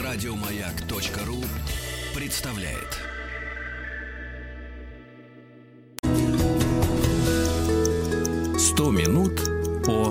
Радиомаяк.ру представляет. «100 минут по...»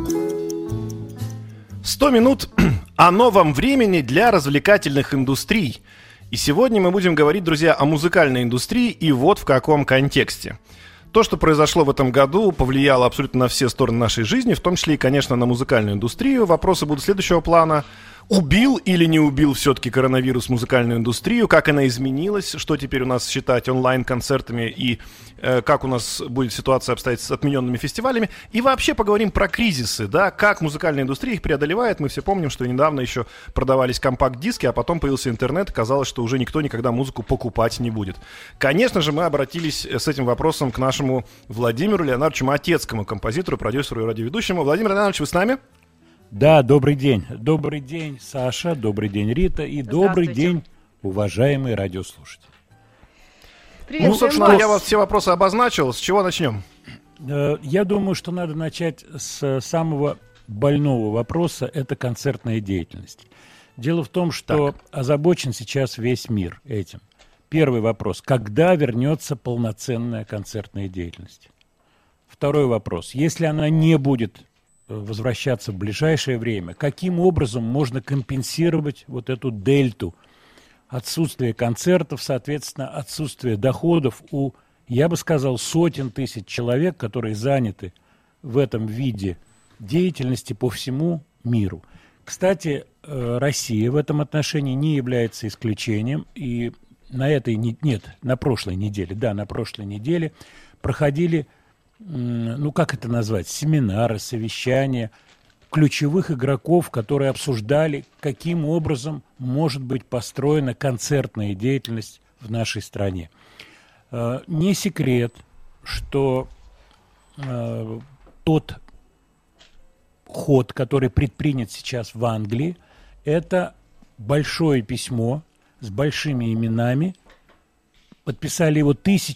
100 минут о новом времени для развлекательных индустрий. И сегодня мы будем говорить, друзья, о музыкальной индустрии и вот в каком контексте. То, что произошло в этом году, повлияло абсолютно на все стороны нашей жизни, в том числе и, конечно, на музыкальную индустрию. Вопросы будут следующего плана. Убил или не убил все-таки коронавирус музыкальную индустрию? Как она изменилась? Что теперь у нас считать онлайн-концертами? И как у нас будет ситуация обстоять с отмененными фестивалями? И вообще поговорим про кризисы, да? Как музыкальная индустрия их преодолевает. Мы все помним, что недавно еще продавались компакт-диски, а потом появился интернет. Казалось, что уже никто никогда музыку покупать не будет. Конечно же, мы обратились с этим вопросом к нашему Владимиру Леонардовичу Матецкому, композитору, продюсеру и радиоведущему. Владимир Леонардович, вы с нами? Да, добрый день. Добрый день, Саша, добрый день, Рита, и добрый день, уважаемые радиослушатели. Привет, ну, собственно, я вас все вопросы обозначил. С чего начнем? Я думаю, что надо начать с самого больного вопроса, это концертная деятельность. Дело в том, что озабочен сейчас весь мир этим. Первый вопрос. Когда вернется полноценная концертная деятельность? Второй вопрос. Если она не будет возвращаться в ближайшее время, каким образом можно компенсировать вот эту дельту отсутствия концертов, соответственно, отсутствие доходов у, я бы сказал, сотен тысяч человек, которые заняты в этом виде деятельности по всему миру. Кстати, Россия в этом отношении не является исключением, и на прошлой неделе проходили, ну как это назвать, семинары, совещания ключевых игроков, которые обсуждали, каким образом может быть построена концертная деятельность в нашей стране. Не секрет, что тот ход, который предпринят сейчас в Англии, это большое письмо с большими именами. Подписали его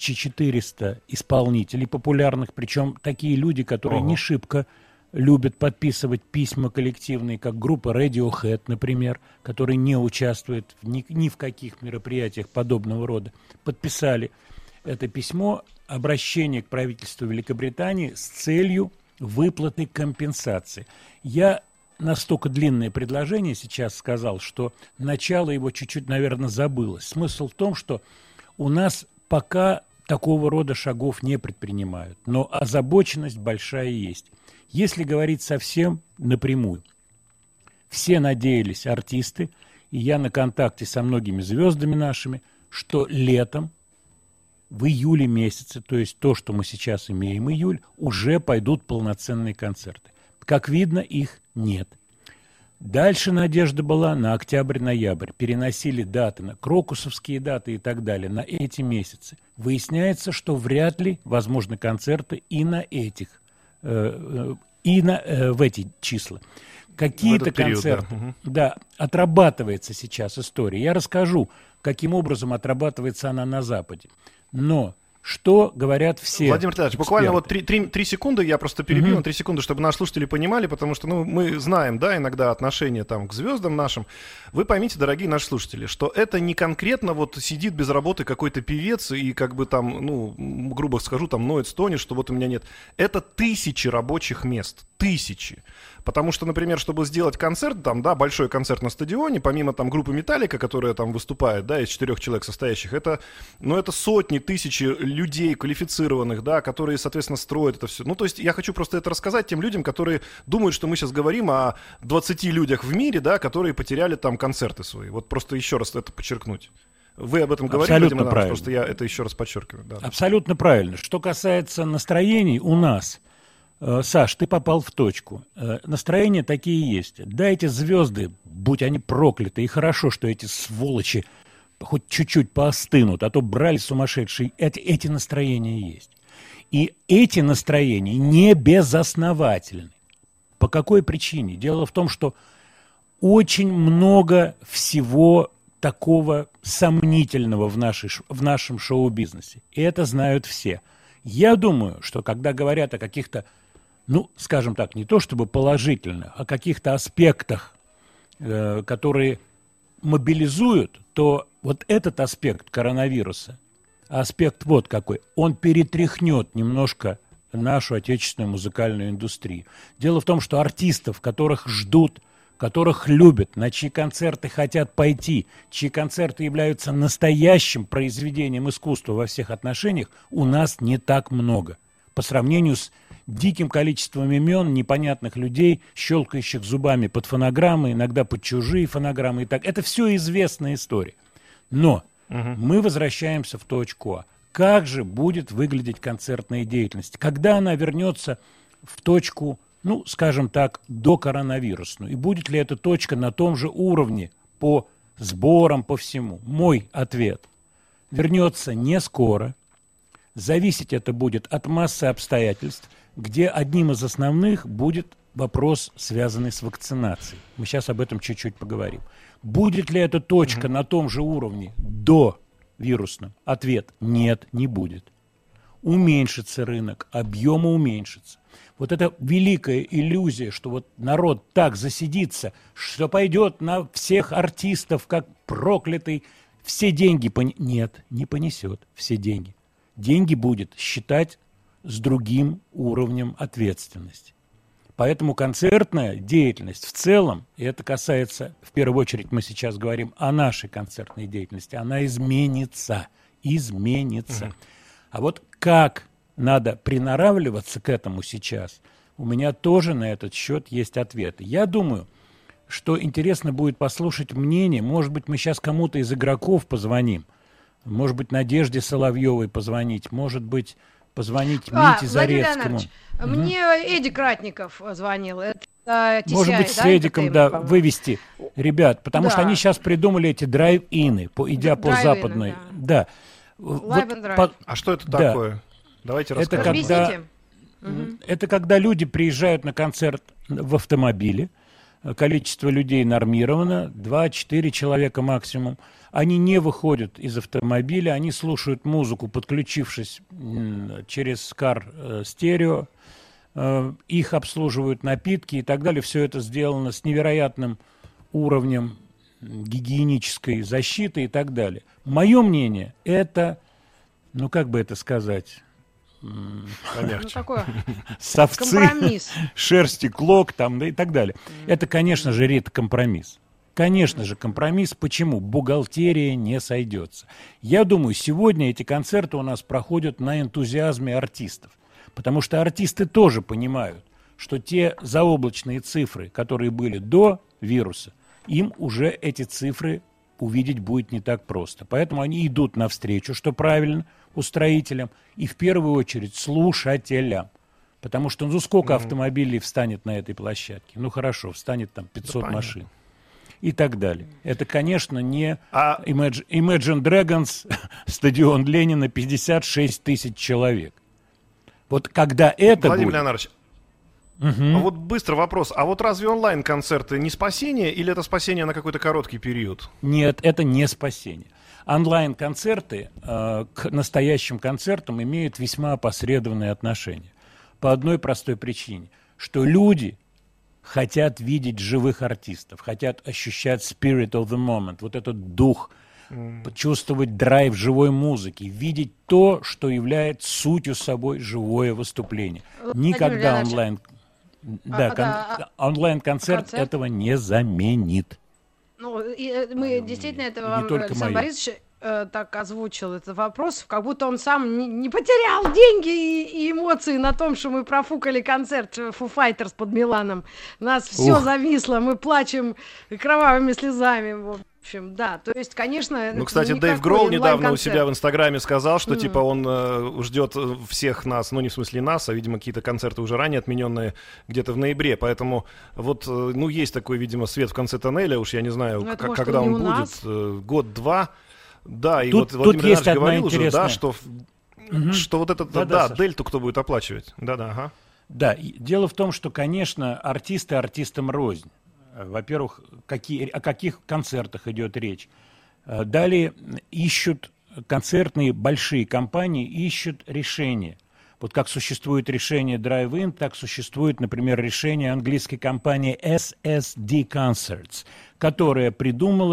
1400 исполнителей популярных, причем такие люди, которые не шибко любят подписывать письма коллективные, как группа Radiohead, например, которые не участвуют ни в каких мероприятиях подобного рода, подписали это письмо, обращение к правительству Великобритании с целью выплаты компенсации. Я настолько длинное предложение сейчас сказал, что начало его чуть-чуть, наверное, забылось. Смысл в том, что у нас пока такого рода шагов не предпринимают, но озабоченность большая есть. Если говорить совсем напрямую, все надеялись, артисты, и я на контакте со многими звездами нашими, что летом, в июле месяце, то есть то, что мы сейчас имеем, июль, уже пойдут полноценные концерты. Как видно, их нет. Дальше надежда была на октябрь-ноябрь. Переносили даты, на крокусовские даты и так далее, на эти месяцы. Выясняется, что вряд ли возможны концерты и на этих, в эти числа. Какие-то концерты, да, отрабатывается сейчас история. Я расскажу, каким образом отрабатывается она на Западе. Но что говорят все Владимир Леонидович, буквально вот эксперты? 3 секунды, я просто перебью на 3 секунды, чтобы наши слушатели понимали, потому что мы знаем, да, иногда отношение там к звездам нашим. Вы поймите, дорогие наши слушатели, что это не конкретно вот сидит без работы какой-то певец и как бы там, грубо скажу, там ноет, стонет, что вот у меня нет. Это тысячи рабочих мест, тысячи. Потому что, например, чтобы сделать концерт, там, да, большой концерт на стадионе, помимо там группы Металлика, которая там выступает, да, из 4 человек состоящих, это сотни, тысячи людей квалифицированных, да, которые, соответственно, строят это все. Ну, то есть я хочу просто это рассказать тем людям, которые думают, что мы сейчас говорим о 20 людях в мире, да, которые потеряли там концерты свои. Вот просто еще раз это подчеркнуть. Вы об этом говорили, Абсолютно правильно. Просто я это еще раз подчеркиваю. Да. Абсолютно правильно. Что касается настроений у нас, Саш, ты попал в точку. Настроения такие есть. Да, эти звезды, будь они прокляты, и хорошо, что эти сволочи хоть чуть-чуть поостынут, а то брали сумасшедшие. Эти настроения есть. И эти настроения не безосновательны. По какой причине? Дело в том, что очень много всего такого сомнительного в нашем шоу-бизнесе. И это знают все. Я думаю, что когда говорят о каких-то, скажем так, не то чтобы положительных, о каких-то аспектах, которые мобилизуют, то вот этот аспект коронавируса, аспект вот какой, он перетряхнет немножко нашу отечественную музыкальную индустрию. Дело в том, что артистов, которых ждут, которых любят, на чьи концерты хотят пойти, чьи концерты являются настоящим произведением искусства во всех отношениях, у нас не так много. По сравнению с диким количеством имен, непонятных людей, щелкающих зубами под фонограммы, иногда под чужие фонограммы. И так. Это все известная история. Но мы возвращаемся в точку А. Как же будет выглядеть концертная деятельность? Когда она вернется в точку, ну, скажем так, до коронавирусную? И будет ли эта точка на том же уровне по сборам, по всему? Мой ответ. Вернется не скоро. Зависеть это будет от массы обстоятельств, где одним из основных будет вопрос, связанный с вакцинацией. Мы сейчас об этом чуть-чуть поговорим. Будет ли эта точка на том же уровне до вирусном? Ответ – нет, не будет. Уменьшится рынок, объемы уменьшатся. Вот эта великая иллюзия, что вот народ так засидится, что пойдет на всех артистов, как проклятый, все деньги нет, не понесет все деньги. Деньги будет считать с другим уровнем ответственности. Поэтому концертная деятельность в целом, и это касается, в первую очередь мы сейчас говорим о нашей концертной деятельности, она изменится. А вот как надо приноравливаться к этому сейчас, у меня тоже на этот счет есть ответы. Я думаю, что интересно будет послушать мнение, может быть, мы сейчас кому-то из игроков позвоним, может быть, Надежде Соловьевой позвонить, может быть, позвонить Мите Зарецкому. Мне Эдик Ратников звонил. Это TCI, может быть, с Эдиком, да, вывести ребят, потому что они сейчас придумали эти драйв-ины, идя по западной. Да. А что это такое? Давайте расскажем. Это когда люди приезжают на концерт в автомобиле, количество людей нормировано, 2-4 человека максимум. Они не выходят из автомобиля, они слушают музыку, подключившись через кар-стерео, их обслуживают напитки и так далее. Все это сделано с невероятным уровнем гигиенической защиты и так далее. Мое мнение, это, ну как бы это сказать, совцы, шерсти, клок там, да, и так далее. Это, конечно же, компромисс. Конечно же, компромисс. Почему? Бухгалтерия не сойдется. Я думаю, сегодня эти концерты у нас проходят на энтузиазме артистов. Потому что артисты тоже понимают, что те заоблачные цифры, которые были до вируса, им уже эти цифры увидеть будет не так просто. Поэтому они идут навстречу, что правильно, устроителям и в первую очередь слушателям. Потому что, ну, сколько автомобилей встанет на этой площадке? Ну, хорошо, встанет там 500 машин. И так далее. Это, конечно, не Imagine Dragons, стадион Ленина, 56 тысяч человек. Вот когда это Владимир будет... Леонардович, а вот быстро вопрос. А вот разве онлайн-концерты не спасение или это спасение на какой-то короткий период? Нет, это не спасение. Онлайн-концерты к настоящим концертам имеют весьма опосредованное отношение. По одной простой причине, что люди хотят видеть живых артистов, хотят ощущать spirit of the moment, вот этот дух, чувствовать драйв живой музыки, видеть то, что является сутью собой живое выступление. Никогда онлайн-концерт этого не заменит. Ну, мы действительно, это вам Александр Борисович так озвучил этот вопрос, как будто он сам не потерял деньги и эмоции на том, что мы профукали концерт Foo Fighters под Миланом. У нас все зависло, мы плачем кровавыми слезами. В общем, да, то есть, конечно... Ну, кстати, Дэйв Гролл недавно у себя в Инстаграме сказал, что, типа, он ждет всех нас, ну, не в смысле нас, а, видимо, какие-то концерты уже ранее отмененные где-то в ноябре, поэтому вот, ну, есть такой, видимо, свет в конце тоннеля, уж я не знаю, когда он будет, год-два. Да, и вот Владимир Леонардович говорил уже, да, что вот этот, дельту кто будет оплачивать. Да. Да, дело в том, что, конечно, артисты артистам рознь. Во-первых, о каких концертах идет речь. Далее ищут концертные большие компании, ищут решения. Вот как существует решение Drive-In, так существует, например, решение английской компании SSD Concerts, которая придумала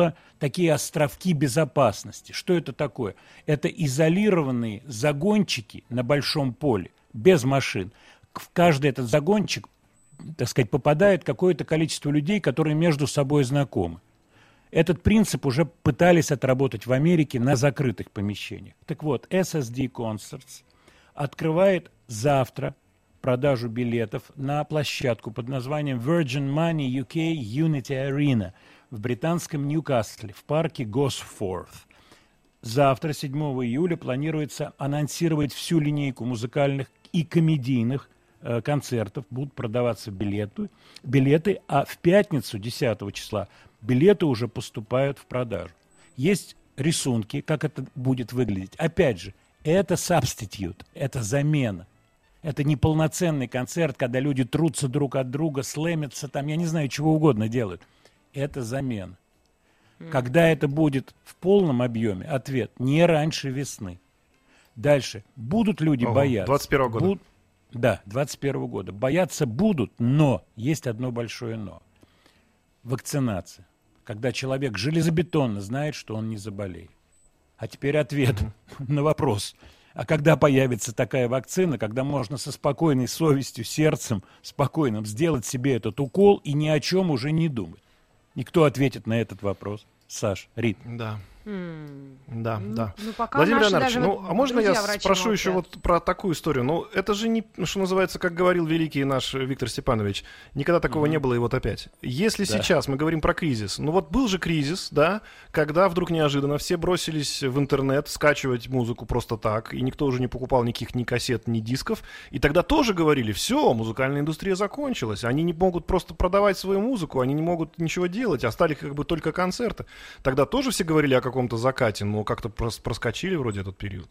такие островки безопасности. Что это такое? Это изолированные загончики на большом поле, без машин. В каждый этот загончик, так сказать, попадает какое-то количество людей, которые между собой знакомы. Этот принцип уже пытались отработать в Америке на закрытых помещениях. Так вот, SSD Concerts открывает завтра продажу билетов на площадку под названием Virgin Money UK Unity Arena в британском Ньюкасле, в парке Gosforth. Завтра, 7 июля, планируется анонсировать всю линейку музыкальных и комедийных концертов. Будут продаваться билеты, а в пятницу, 10 числа, билеты уже поступают в продажу. Есть рисунки, как это будет выглядеть. Опять же, это substitute, это замена. Это не полноценный концерт, когда люди трутся друг от друга, слэмятся там, я не знаю, чего угодно делают. Это замена. Когда это будет в полном объеме? Ответ: не раньше весны. Дальше. Будут люди бояться? 21 года. Да, 21 года. Бояться будут, но есть одно большое но. Вакцинация. Когда человек железобетонно знает, что он не заболеет. А теперь ответ на вопрос. А когда появится такая вакцина, когда можно со спокойной совестью, сердцем спокойным сделать себе этот укол и ни о чем уже не думать? Никто ответит на этот вопрос. Саш, Рит. Да. Да. Ну, пока Владимир наши Леонардович, даже а можно я врачи спрошу молчат. еще вот про такую историю? Ну, это же не, что называется, как говорил великий наш Виктор Степанович, никогда такого не было, и вот опять. Если сейчас мы говорим про кризис, ну вот был же кризис, да, когда вдруг неожиданно все бросились в интернет скачивать музыку просто так, и никто уже не покупал никаких ни кассет, ни дисков, и тогда тоже говорили: все, музыкальная индустрия закончилась, они не могут просто продавать свою музыку, они не могут ничего делать, остались как бы только концерты. Тогда тоже все говорили о каком-то закате, но как-то проскочили вроде этот период.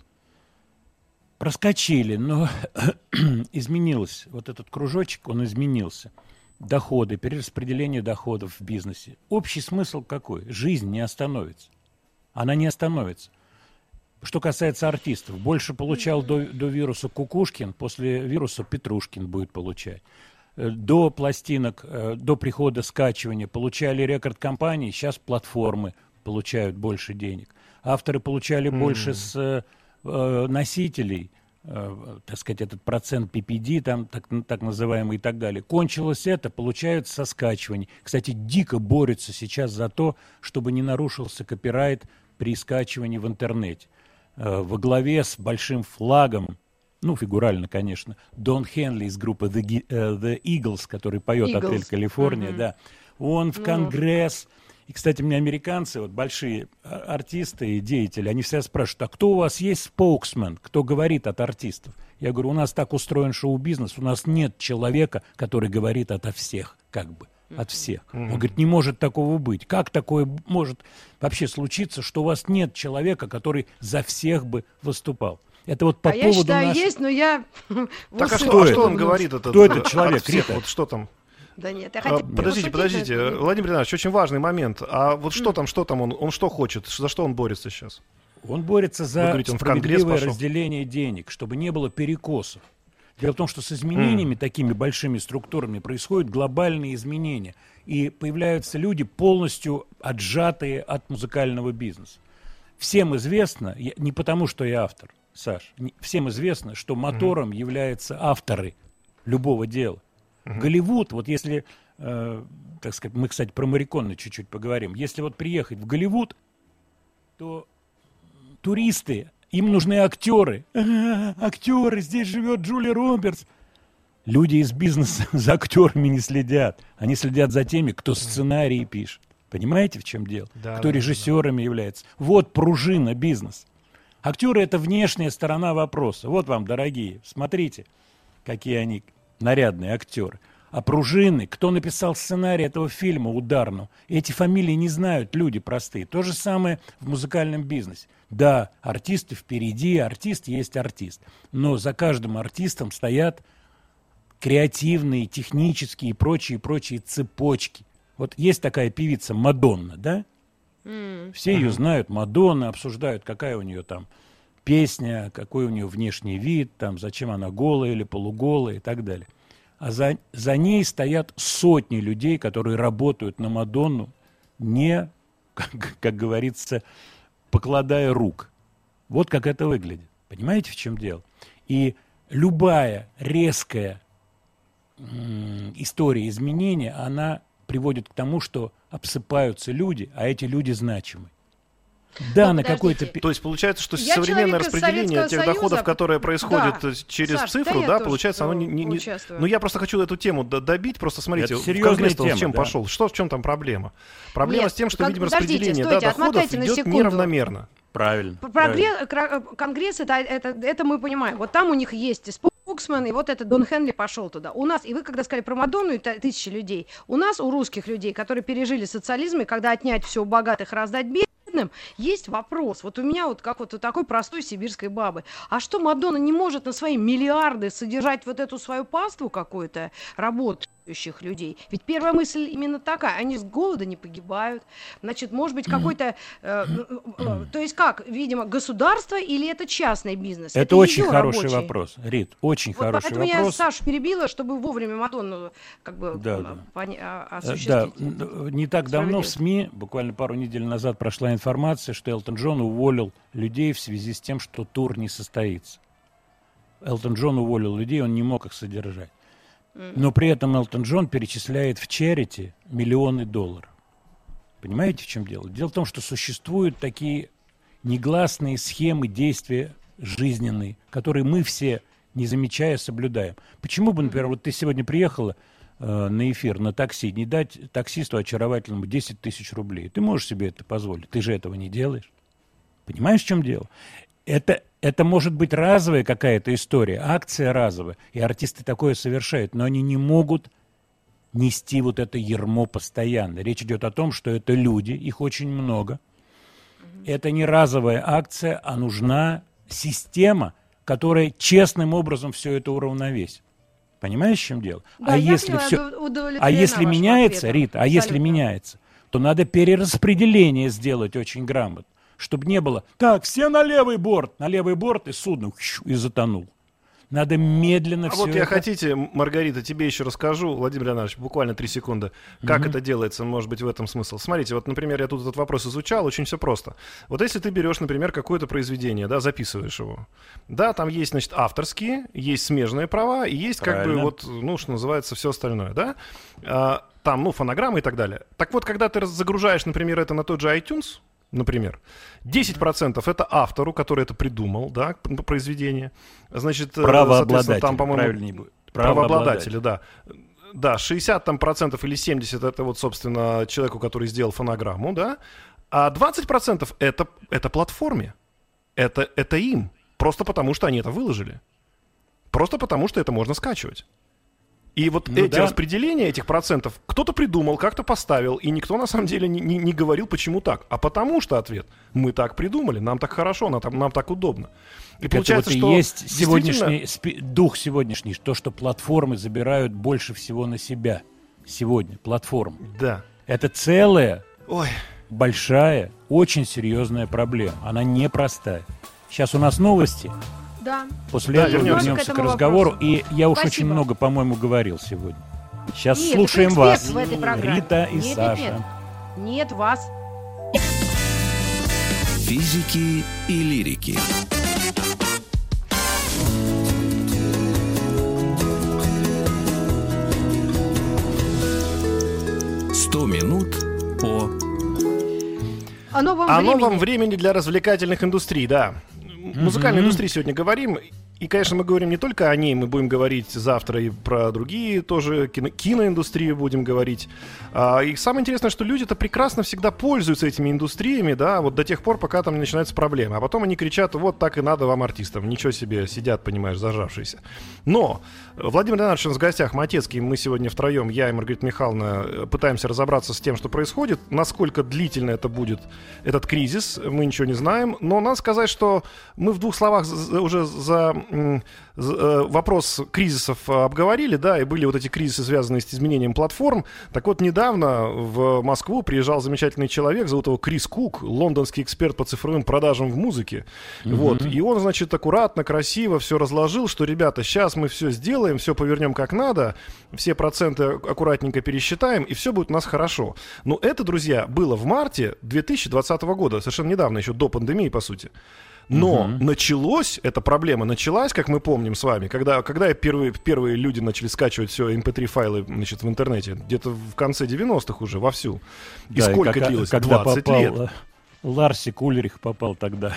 Проскочили, но изменилось. Вот этот кружочек, он изменился. Доходы, перераспределение доходов в бизнесе. Общий смысл какой? Жизнь не остановится. Она не остановится. Что касается артистов, больше получал до вируса Кукушкин, после вируса Петрушкин будет получать. До пластинок, до прихода скачивания получали рекорд-компании, сейчас платформы получают больше денег. Авторы получали больше с носителей, так сказать, этот процент PPD, там, так называемый, и так далее. Кончилось это, получают со скачиваний. Кстати, дико борются сейчас за то, чтобы не нарушился копирайт при скачивании в интернете. Во главе с большим флагом, ну, фигурально, конечно, Дон Хенли из группы The Eagles, который поет «Отель Калифорния», да. Он в Конгресс. И, кстати, мне американцы, вот большие артисты и деятели, они всегда спрашивают: а кто у вас есть споксмен, кто говорит от артистов? Я говорю: у нас так устроен шоу-бизнес, у нас нет человека, который говорит ото всех, как бы, от всех. Он говорит: не может такого быть. Как такое может вообще случиться, что у вас нет человека, который за всех бы выступал? Это вот по поводу я считаю, есть, но я... Так а что он говорит? Кто этот человек? Рита? Вот что там? Да нет, я Подождите, Владимир Леонидович, очень важный момент. А вот что там, он что хочет? За что он борется сейчас? Он борется за справедливое разделение денег, чтобы не было перекосов. Дело в том, что с изменениями, такими большими структурами, происходят глобальные изменения. И появляются люди, полностью отжатые от музыкального бизнеса. Всем известно, не потому что я автор, Саш, всем известно, что мотором являются авторы любого дела. Голливуд, вот если, так сказать, мы, кстати, про Морриконе чуть-чуть поговорим, если вот приехать в Голливуд, то туристы, им нужны актеры. Актеры, здесь живет Джулия Робертс. Люди из бизнеса за актерами не следят. Они следят за теми, кто сценарии пишет. Понимаете, в чем дело? Да, кто режиссерами является. Вот пружина бизнеса. Актеры — это внешняя сторона вопроса. Вот вам, дорогие, смотрите, какие они нарядные актеры. А пружины, кто написал сценарий этого фильма ударного, эти фамилии не знают люди простые. То же самое в музыкальном бизнесе. Да, артисты впереди, артист есть артист. Но за каждым артистом стоят креативные, технические и прочие цепочки. Вот есть такая певица Мадонна, да? Все ее знают, Мадонна, обсуждают, какая у нее там песня, какой у нее внешний вид, там, зачем она голая или полуголая и так далее. А за ней стоят сотни людей, которые работают на Мадонну не как говорится, покладая рук. Вот как это выглядит. Понимаете, в чем дело? И любая резкая история изменения, она приводит к тому, что обсыпаются люди, а эти люди значимы. Да, Ну, на какой-то... То есть получается, что Я современное человек из распределение Советского тех доходов, Союза. которые происходят Да. через Саш, цифру, да, я да, тоже получается, оно не... участвую. Ну, я просто хочу эту тему добить, просто смотрите, Это в серьезная Конгресс-то он с тема, чем да. пошел? В чем там проблема? Проблема Нет, с тем, что, видимо, подождите, распределение стойте, доходов отмотайте на идет секунду. неравномерно. Правильно. Конгресс, это мы понимаем. Вот там у них есть споксмен, и вот этот Дон Хенли пошел туда. У нас, и вы когда сказали про Мадонну и тысячи людей, у нас, у русских людей, которые пережили социализм, и когда отнять все у богатых, раздать бедным, есть вопрос. Вот у меня вот как вот у такой простой сибирской бабы. А что Мадонна не может на свои миллиарды содержать вот эту свою паству какую-то работающих людей? Ведь первая мысль именно такая. Они с голода не погибают. Значит, может быть, какой-то... то есть как? Видимо, государство или это частный бизнес? Это очень её хороший рабочий. вопрос, Рит, очень Вот хороший поэтому вопрос. я Сашу перебила, чтобы вовремя Мадонну как бы Да. осуществить. Да, не так давно в Справедливость. СМИ, буквально пару недель назад, прошла информация, что Элтон Джон уволил людей в связи с тем, что тур не состоится. Элтон Джон уволил людей, он не мог их содержать. Но при этом Элтон Джон перечисляет в чарити миллионы долларов. Понимаете, в чем дело? Дело в том, что существуют такие негласные схемы действия жизненные, которые мы все, не замечая, соблюдаем. Почему бы, например, вот ты сегодня приехала на эфир на такси, не дать таксисту очаровательному 10 тысяч рублей? Ты можешь себе это позволить, ты же этого не делаешь. Понимаешь, в чем дело? Это может быть разовая какая-то история, акция разовая, и артисты такое совершают, но они не могут нести вот это ярмо постоянно. Речь идет о том, что это люди, их очень много. Это не разовая акция, а нужна система, которая честным образом все это уравновесит. Понимаешь, в чем дело? Да, я поняла, А если вашим меняется, ответом. Рита, а если Абсолютно. меняется, то надо перераспределение сделать очень грамотно, чтобы не было, так, все на левый борт, и судно и затонул. Надо медленно А все вот я хотите, Маргарита, тебе еще расскажу, Владимир Леонидович, буквально 3 секунды, как это делается, может быть, в этом смысл. Смотрите, вот, например, я тут этот вопрос изучал, очень все просто. Вот если ты берешь, например, какое-то произведение, да, записываешь его, да, там есть, значит, авторские, есть смежные права, и есть как бы вот, ну, что называется, все остальное, да, там, ну, фонограммы и так далее. Так вот, когда ты загружаешь, например, это на тот же iTunes, например, 10% это автору, который это придумал, да, произведение. Значит, правообладатель, там, по-моему, правильнее будет. правообладатели, да. Да, 60% там, процентов или 70% это вот, собственно, человеку, который сделал фонограмму, да. А 20% это платформе. Это им. Просто потому, что они это выложили. Просто потому, что это можно скачивать. И вот эти распределения этих процентов кто-то придумал, как-то поставил, и никто на самом деле не говорил, почему так. А потому что ответ: мы так придумали, нам так хорошо, нам так удобно. И получается, это вот что и есть сегодняшний дух сегодняшний, то, что платформы забирают больше всего на себя. Сегодня платформы. Да. Это целая, большая, очень серьезная проблема. Она непростая. Сейчас у нас новости. Да. После этого вернемся к разговору. вопросу. И я уж Спасибо. очень много, по-моему, говорил сегодня. Сейчас Нет, слушаем это вас, эксперт в этой программе. Рита и Нет, Саша. нет. Нет, вас. Физики и лирики. «100 минут по...» О новом О времени. новом времени для развлекательных индустрий, да. Музыкальной индустрии сегодня говорим. И, конечно, мы говорим не только о ней, мы будем говорить завтра и про другие тоже, киноиндустрию будем говорить. И самое интересное, что люди-то прекрасно всегда пользуются этими индустриями, да, вот до тех пор, пока там не начинаются проблемы. А потом они кричат: вот так и надо вам, артистам. Ничего себе, сидят, понимаешь, зажавшиеся. Но Владимир Леонидович у нас в гостях, Матецкий, мы сегодня втроем, я и Маргарита Михайловна, пытаемся разобраться с тем, что происходит. Насколько длительно это будет, этот кризис, мы ничего не знаем. Но надо сказать, что мы в 2 словах уже вопрос кризисов обговорили, да, и были вот эти кризисы, связанные с изменением платформ. Так вот, недавно в Москву приезжал замечательный человек, зовут его Крис Кук, лондонский эксперт по цифровым продажам в музыке. Вот, и он, значит, аккуратно, красиво все разложил, что, ребята, сейчас мы все сделаем, все повернем как надо, все проценты аккуратненько пересчитаем, и все будет у нас хорошо. Но это, друзья, было в марте 2020 года, совершенно недавно, еще до пандемии, по сути. Но эта проблема началась, как мы помним с вами, когда первые люди начали скачивать все MP3 файлы, значит, в интернете, где-то в конце 90-х уже вовсю. И да, сколько длилось? 20 лет. Ларсик Ульрих попал тогда.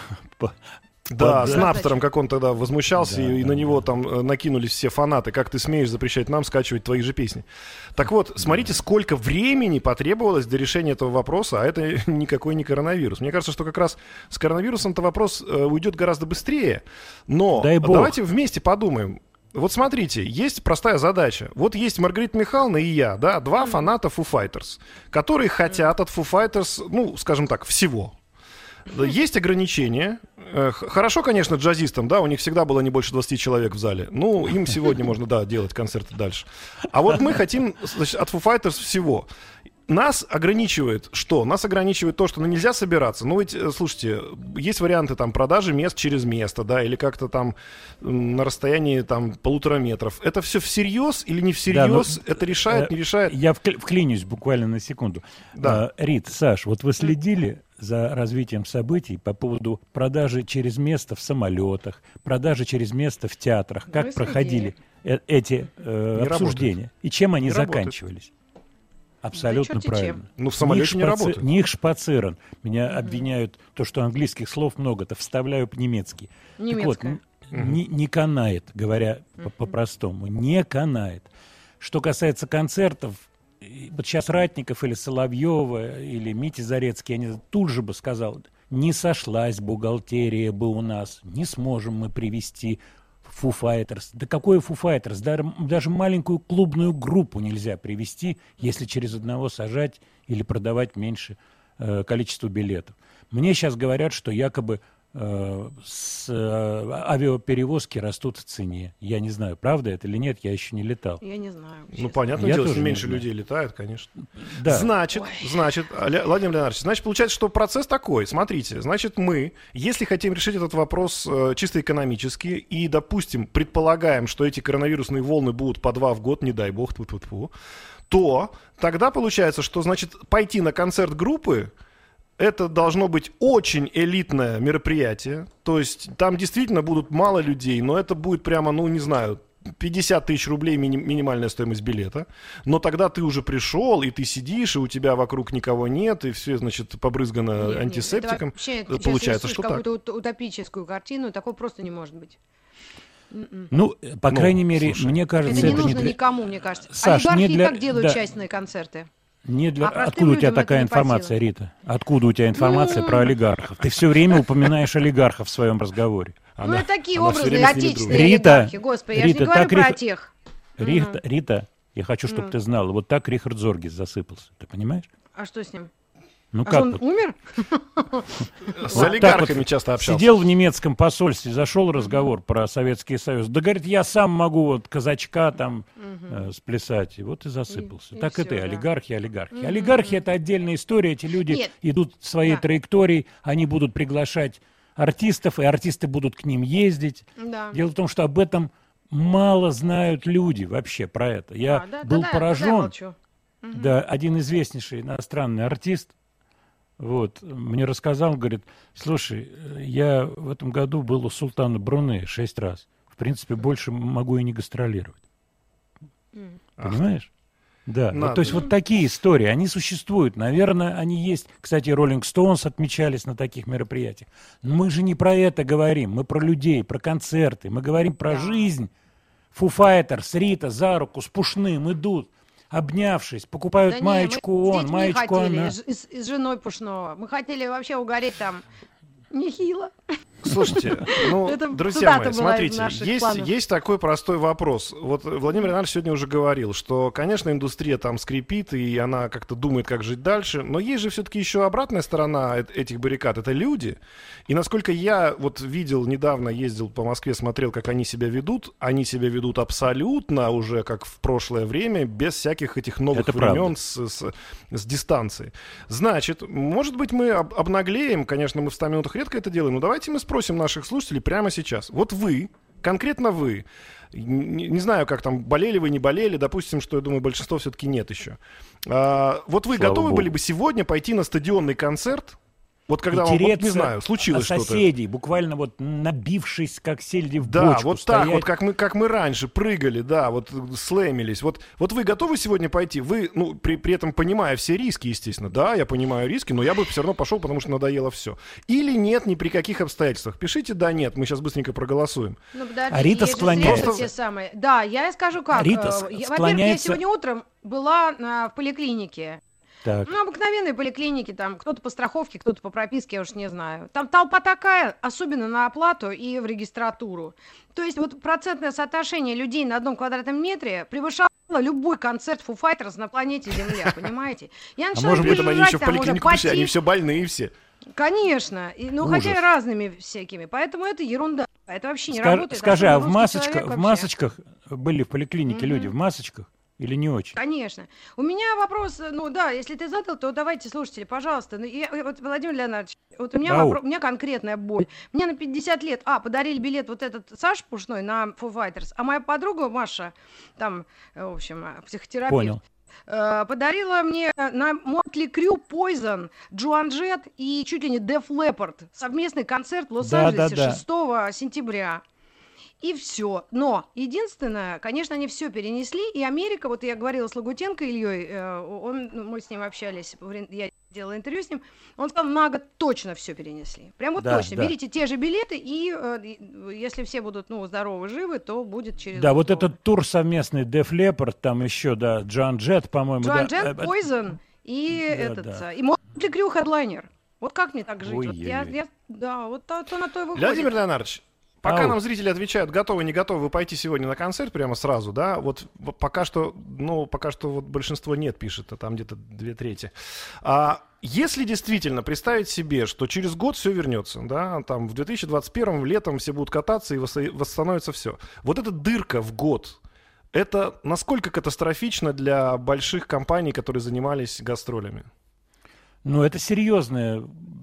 Да, с Напстером, как он тогда возмущался, и на него там накинулись все фанаты. Как ты смеешь запрещать нам скачивать твои же песни? Так вот, смотрите, сколько времени потребовалось для решения этого вопроса, а это никакой не коронавирус. Мне кажется, что как раз с коронавирусом-то вопрос уйдет гораздо быстрее. Но давайте вместе подумаем. Вот смотрите, есть простая задача. Вот есть Маргарита Михайловна и я, да, два фаната Foo Fighters, которые хотят от Foo Fighters, ну, скажем так, всего. Есть ограничения. Хорошо, конечно, джазистам, да, у них всегда было не больше 20 человек в зале. Ну, им сегодня можно, да, делать концерты дальше. А вот мы хотим, значит, от Foo Fighters всего. Нас ограничивает что? Нас ограничивает то, что нельзя собираться. Ну ведь, слушайте, есть варианты там продажи мест через место, да, или как-то там на расстоянии там 1,5 метров. Это все всерьез или не всерьез? Да, это решает, не решает? Я вклинюсь буквально на секунду. Да. Рит, Саш, вот вы следили за развитием событий по поводу продажи через место в самолетах, продажи через место в театрах? Как проходили эти обсуждения? И чем они заканчивались? Абсолютно правильно. Ну, в самолете не работает. Них шпациран. Меня обвиняют, то, что английских слов много-то, вставляю по-немецки. Немецкое. Так вот, не канает, говоря по-простому. Не канает. Что касается концертов, вот сейчас Ратников или Соловьева, или Митя Зарецкий, они тут же бы сказал, не сошлась бухгалтерия бы у нас, не сможем мы привести Foo Fighters. Да какое Foo Fighters? Даже маленькую клубную группу нельзя привести, если через одного сажать или продавать меньше количество билетов. Мне сейчас говорят, что якобы авиаперевозки растут в цене. Я не знаю, правда это или нет, я еще не летал. Я не знаю. Ну, понятное дело, что меньше людей летает, конечно. Да. Значит, Владимир Леонардович, значит, получается, что процесс такой. Смотрите, значит, мы, если хотим решить этот вопрос чисто экономически и, допустим, предполагаем, что эти коронавирусные волны будут по 2 в год, не дай бог, то тогда получается, что, значит, пойти на концерт группы, это должно быть очень элитное мероприятие. То есть там действительно будут мало людей, но это будет прямо, ну, не знаю, 50 тысяч рублей минимальная стоимость билета. Но тогда ты уже пришел, и ты сидишь, и у тебя вокруг никого нет, и все, значит, побрызгано антисептиком. Вообще, получается, что так. Какую-то утопическую картину, такого просто не может быть. Ну, по крайней мере, слушай, мне кажется, это не нужно никому, мне кажется. Саш, олигархи как делают частные концерты? Откуда у тебя такая информация, Рита? Откуда у тебя информация про олигархов? Ты все время упоминаешь олигархов в своем разговоре. Это такие образные отечественные олигархи, господи, я же не говорю про тех. Рита, я хочу, чтобы ты знала, вот так Рихард Зоргис засыпался, ты понимаешь? А что с ним? Ну как он умер? С олигархами часто общался. Сидел в немецком посольстве, зашел разговор про Советский Союз. Да, говорит, я сам могу вот казачка там сплясать. И вот и засыпался. Так это и олигархи. Олигархи — это отдельная история. Эти люди идут своей траекторией, они будут приглашать артистов, и артисты будут к ним ездить. Дело в том, что об этом мало знают люди вообще про это. Я был поражен. Да, один известнейший иностранный артист, вот, мне рассказал, говорит, слушай, я в этом году был у султана Брунея 6 раз. В принципе, больше могу и не гастролировать. Понимаешь? Да, вот, то есть вот такие истории, они существуют. Наверное, они есть. Кстати, Rolling Stones отмечались на таких мероприятиях. Но мы же не про это говорим. Мы про людей, про концерты. Мы говорим про жизнь. Foo Fighters, Рита за руку с Пушным идут, обнявшись, покупают маечку маечку она. И с женой Пушного. Мы хотели вообще угореть там нехило. Слушайте, ну, друзья мои, смотрите, есть такой простой вопрос. Вот Владимир Иванович сегодня уже говорил, что, конечно, индустрия там скрипит, и она как-то думает, как жить дальше, но есть же все-таки еще обратная сторона этих баррикад, это люди. И насколько я вот видел, недавно ездил по Москве, смотрел, как они себя ведут абсолютно уже как в прошлое время, без всяких этих новых времен с дистанции. Значит, может быть, мы обнаглеем, конечно, мы в 100 минутах редко это делаем, но давайте мы спросим наших слушателей прямо сейчас. Вот вы, конкретно вы, не знаю, как там, болели вы, не болели, допустим, что, я думаю, большинство все-таки нет еще. Вот вы готовы были бы сегодня пойти на стадионный концерт? Вот когда вам, вот, не знаю, случилось что-то. Соседей, буквально вот набившись, как сельди в да, бочку. Вот стоять. Так, вот как мы раньше прыгали, да, вот слэмились. Вот вы готовы сегодня пойти? Вы, ну, при этом понимая все риски, естественно. Да, я понимаю риски, но я бы все равно пошел, потому что надоело все. Или нет, ни при каких обстоятельствах. Пишите «да», «нет», мы сейчас быстренько проголосуем. Ну, подожди, а Рита склоняется. Те самые. Да, я скажу как. Рита во-первых, я сегодня утром была в поликлинике. Так. Ну, обыкновенные поликлиники, там кто-то по страховке, кто-то по прописке, я уж не знаю. Там толпа такая, особенно на оплату и в регистратуру. То есть вот процентное соотношение людей на 1 квадратном метре превышало любой концерт Foo Fighters на планете Земля, понимаете? Я начала при этом они еще в поликлинику пришли, они все больные все. Конечно, хотя и разными всякими, поэтому это ерунда, это вообще не работает. Скажи, а в масочках были в поликлинике люди, в масочках? Или не очень? Конечно. У меня вопрос, ну да, если ты задал, то давайте, слушатели, пожалуйста. Вот, Владимир Леонардович, вот у меня конкретная боль. Мне на 50 лет, подарили билет вот этот Саш Пушной на Foo Fighters, а моя подруга Маша, там, в общем, психотерапевт. Понял. Подарила мне на Motley Crue, Poison, Joan Jett и чуть ли не Def Leppard. Совместный концерт в Лос-Анджелесе 6 сентября. И все. Но единственное, конечно, они все перенесли. И Америка, вот я говорила с Лагутенко Ильей, мы с ним общались, я делала интервью с ним, он сказал, на год точно все перенесли. Прям вот точно. Да. Берите те же билеты, и если все будут, здоровы, живы, то будет через... Да, вот этот тур совместный Def Leppard, там еще, да, Joan Jett, по-моему. Joan Jett, Poison и и Motley Crue Headliner. Вот как мне так жить? Вот то на то и выходит. Владимир Леонардович, пока нам зрители отвечают, готовы, не готовы вы пойти сегодня на концерт прямо сразу, да, вот пока что вот большинство нет пишет, а там где-то 2/3. Если действительно представить себе, что через год все вернется, да, там в 2021 летом все будут кататься и восстановится все. Вот эта дырка в год, это насколько катастрофично для больших компаний, которые занимались гастролями? Ну, это серьезное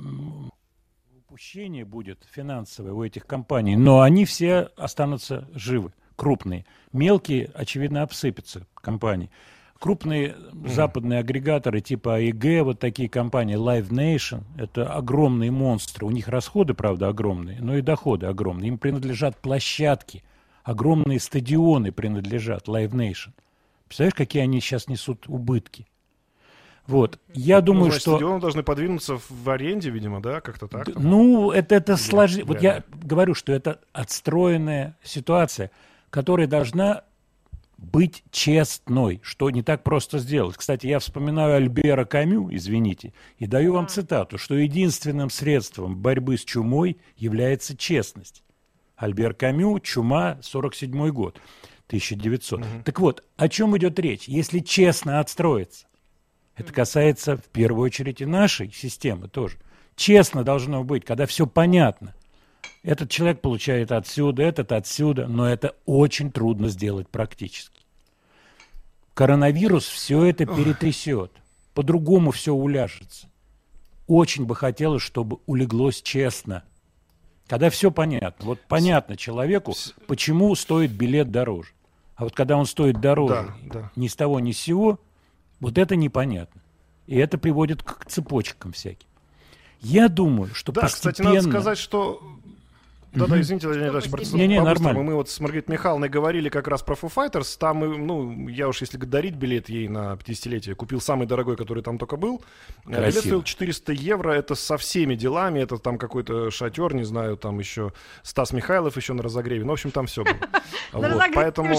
упущение будет финансовое у этих компаний, но они все останутся живы, крупные. Мелкие, очевидно, обсыпятся компании. Крупные западные агрегаторы типа AEG, вот такие компании, Live Nation, это огромные монстры. У них расходы, правда, огромные, но и доходы огромные. Им принадлежат площадки, огромные стадионы принадлежат Live Nation. Представляешь, какие они сейчас несут убытки? Вот. Я думаю, что... Стадионы должны подвинуться в аренде, видимо, да, как-то так? Это сложнее. Вот я говорю, что это отстроенная ситуация, которая должна быть честной, что не так просто сделать. Кстати, я вспоминаю Альбера Камю, извините, и даю вам цитату, что единственным средством борьбы с чумой является честность. Альбер Камю, «Чума», 47 год, 1900. Так вот, о чем идет речь? Если честно отстроиться, это касается в первую очередь и нашей системы тоже. Честно должно быть, когда все понятно. Этот человек получает отсюда, этот отсюда, но это очень трудно сделать практически. Коронавирус все это перетрясет, по-другому все уляжется. Очень бы хотелось, чтобы улеглось честно. Когда все понятно. Вот понятно человеку, почему стоит билет дороже. А вот когда он стоит дороже, ни с того ни с сего, вот это непонятно. И это приводит к цепочкам всяким. Я думаю, что постепенно... Кстати, надо сказать, что... Да, извините, нормально. Мы вот с Маргаритой Михайловной говорили как раз про Foo Fighters. Там, я уж если дарить билет ей на 50-летие, купил самый дорогой, который там только был. Красиво. Билет стоил 400 евро, это со всеми делами, это там какой-то шатер, не знаю, там еще Стас Михайлов еще на разогреве. Ну, в общем, там все было. Поэтому...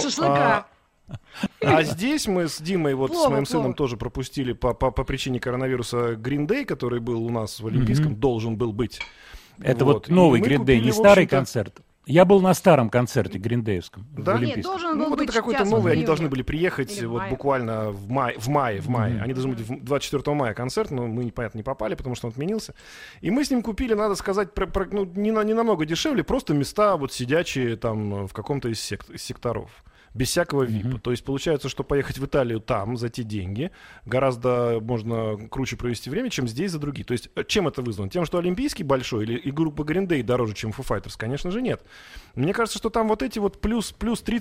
А здесь мы с Димой, с моим сыном тоже пропустили по причине коронавируса Green Day, который был у нас в Олимпийском, должен был быть. Это вот новый Green Day, не старый концерт. Я был на старом концерте гриндеевском. Да? Нет, должен был вот быть это какой-то новый, они должны были приехать вот буквально в мае. Они должны быть 24 мая концерт, но мы, понятно, не попали, потому что он отменился. И мы с ним купили, надо сказать, не намного дешевле, просто места вот сидячие там в каком-то из секторов. Без всякого випа. То есть получается, что поехать в Италию там за те деньги гораздо можно круче провести время, чем здесь за другие. То есть чем это вызвано? Тем, что Олимпийский большой или и группа Green Day дороже, чем Foo Fighters? Конечно же нет. Мне кажется, что там вот эти вот плюс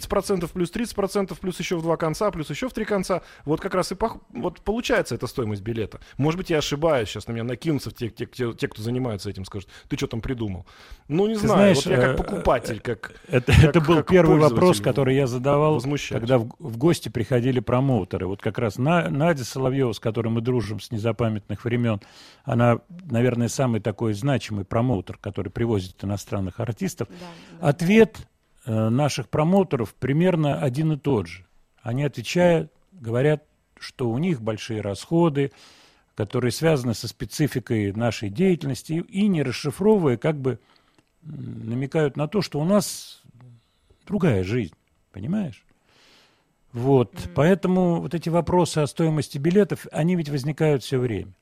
30%, плюс еще в 2 конца, плюс еще в 3 конца, вот как раз и вот получается эта стоимость билета. Может быть, я ошибаюсь, сейчас на меня накинутся те, кто занимается этим, скажут, ты что там придумал? Ну, не знаю, знаешь, вот я как покупатель, Это был первый вопрос, который я задавал, когда в гости приходили промоутеры. Вот как раз Надя Соловьева, с которой мы дружим с незапамятных времен, она, наверное, самый такой значимый промоутер, который привозит иностранных артистов. Да. Ответ наших промоутеров примерно один и тот же. Они отвечают, говорят, что у них большие расходы, которые связаны со спецификой нашей деятельности, и не расшифровывая, как бы намекают на то, что у нас другая жизнь, понимаешь? Вот, поэтому вот эти вопросы о стоимости билетов, они ведь возникают все время.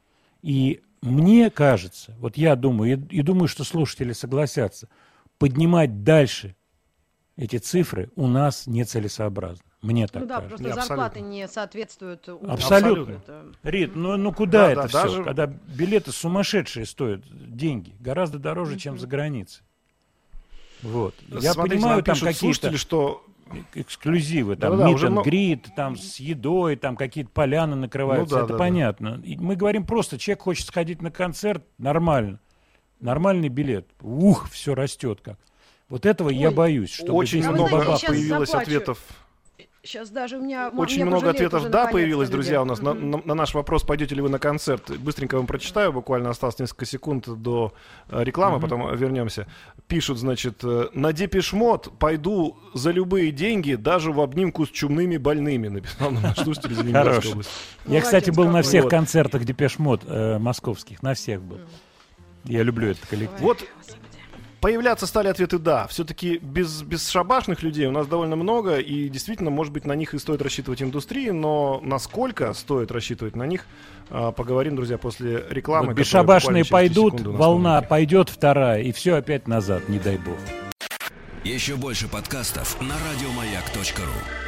И мне кажется, вот я думаю, и думаю, что слушатели согласятся, поднимать дальше эти цифры у нас нецелесообразно. Мне так кажется. Просто зарплаты не соответствуют. Абсолютно. Рит, ну куда это все? Даже... Когда билеты сумасшедшие стоят деньги, гораздо дороже, чем за границей. Вот. Я понимаю, там какие-то что... эксклюзивы, там meet and greet, там с едой, там какие-то поляны накрываются, это понятно. И мы говорим просто, человек хочет сходить на концерт, нормально. Нормальный билет. Все растет как. Вот этого я боюсь. Чтобы очень много появилось ответов. Сейчас даже у меня... Очень много ответов «да» появилось, друзья, у нас. На наш вопрос, пойдете ли вы на концерт, быстренько вам прочитаю, буквально осталось несколько секунд до рекламы, потом вернемся. Пишут, значит, на Депеш Мод пойду за любые деньги, даже в обнимку с чумными больными, написал наш слушатель из Ленинградской области. Я, кстати, был на всех концертах Депеш Мод московских, на всех был. Я люблю этот коллектив. Вот... Появляться стали ответы «да». Все-таки без шабашных людей у нас довольно много, и действительно, может быть, на них и стоит рассчитывать индустрии, но насколько стоит рассчитывать на них, поговорим, друзья, после рекламы. Вот бесшабашные пойдут, волна пойдет вторая, и все опять назад, не дай бог. Еще больше подкастов на радиомаяк.ру.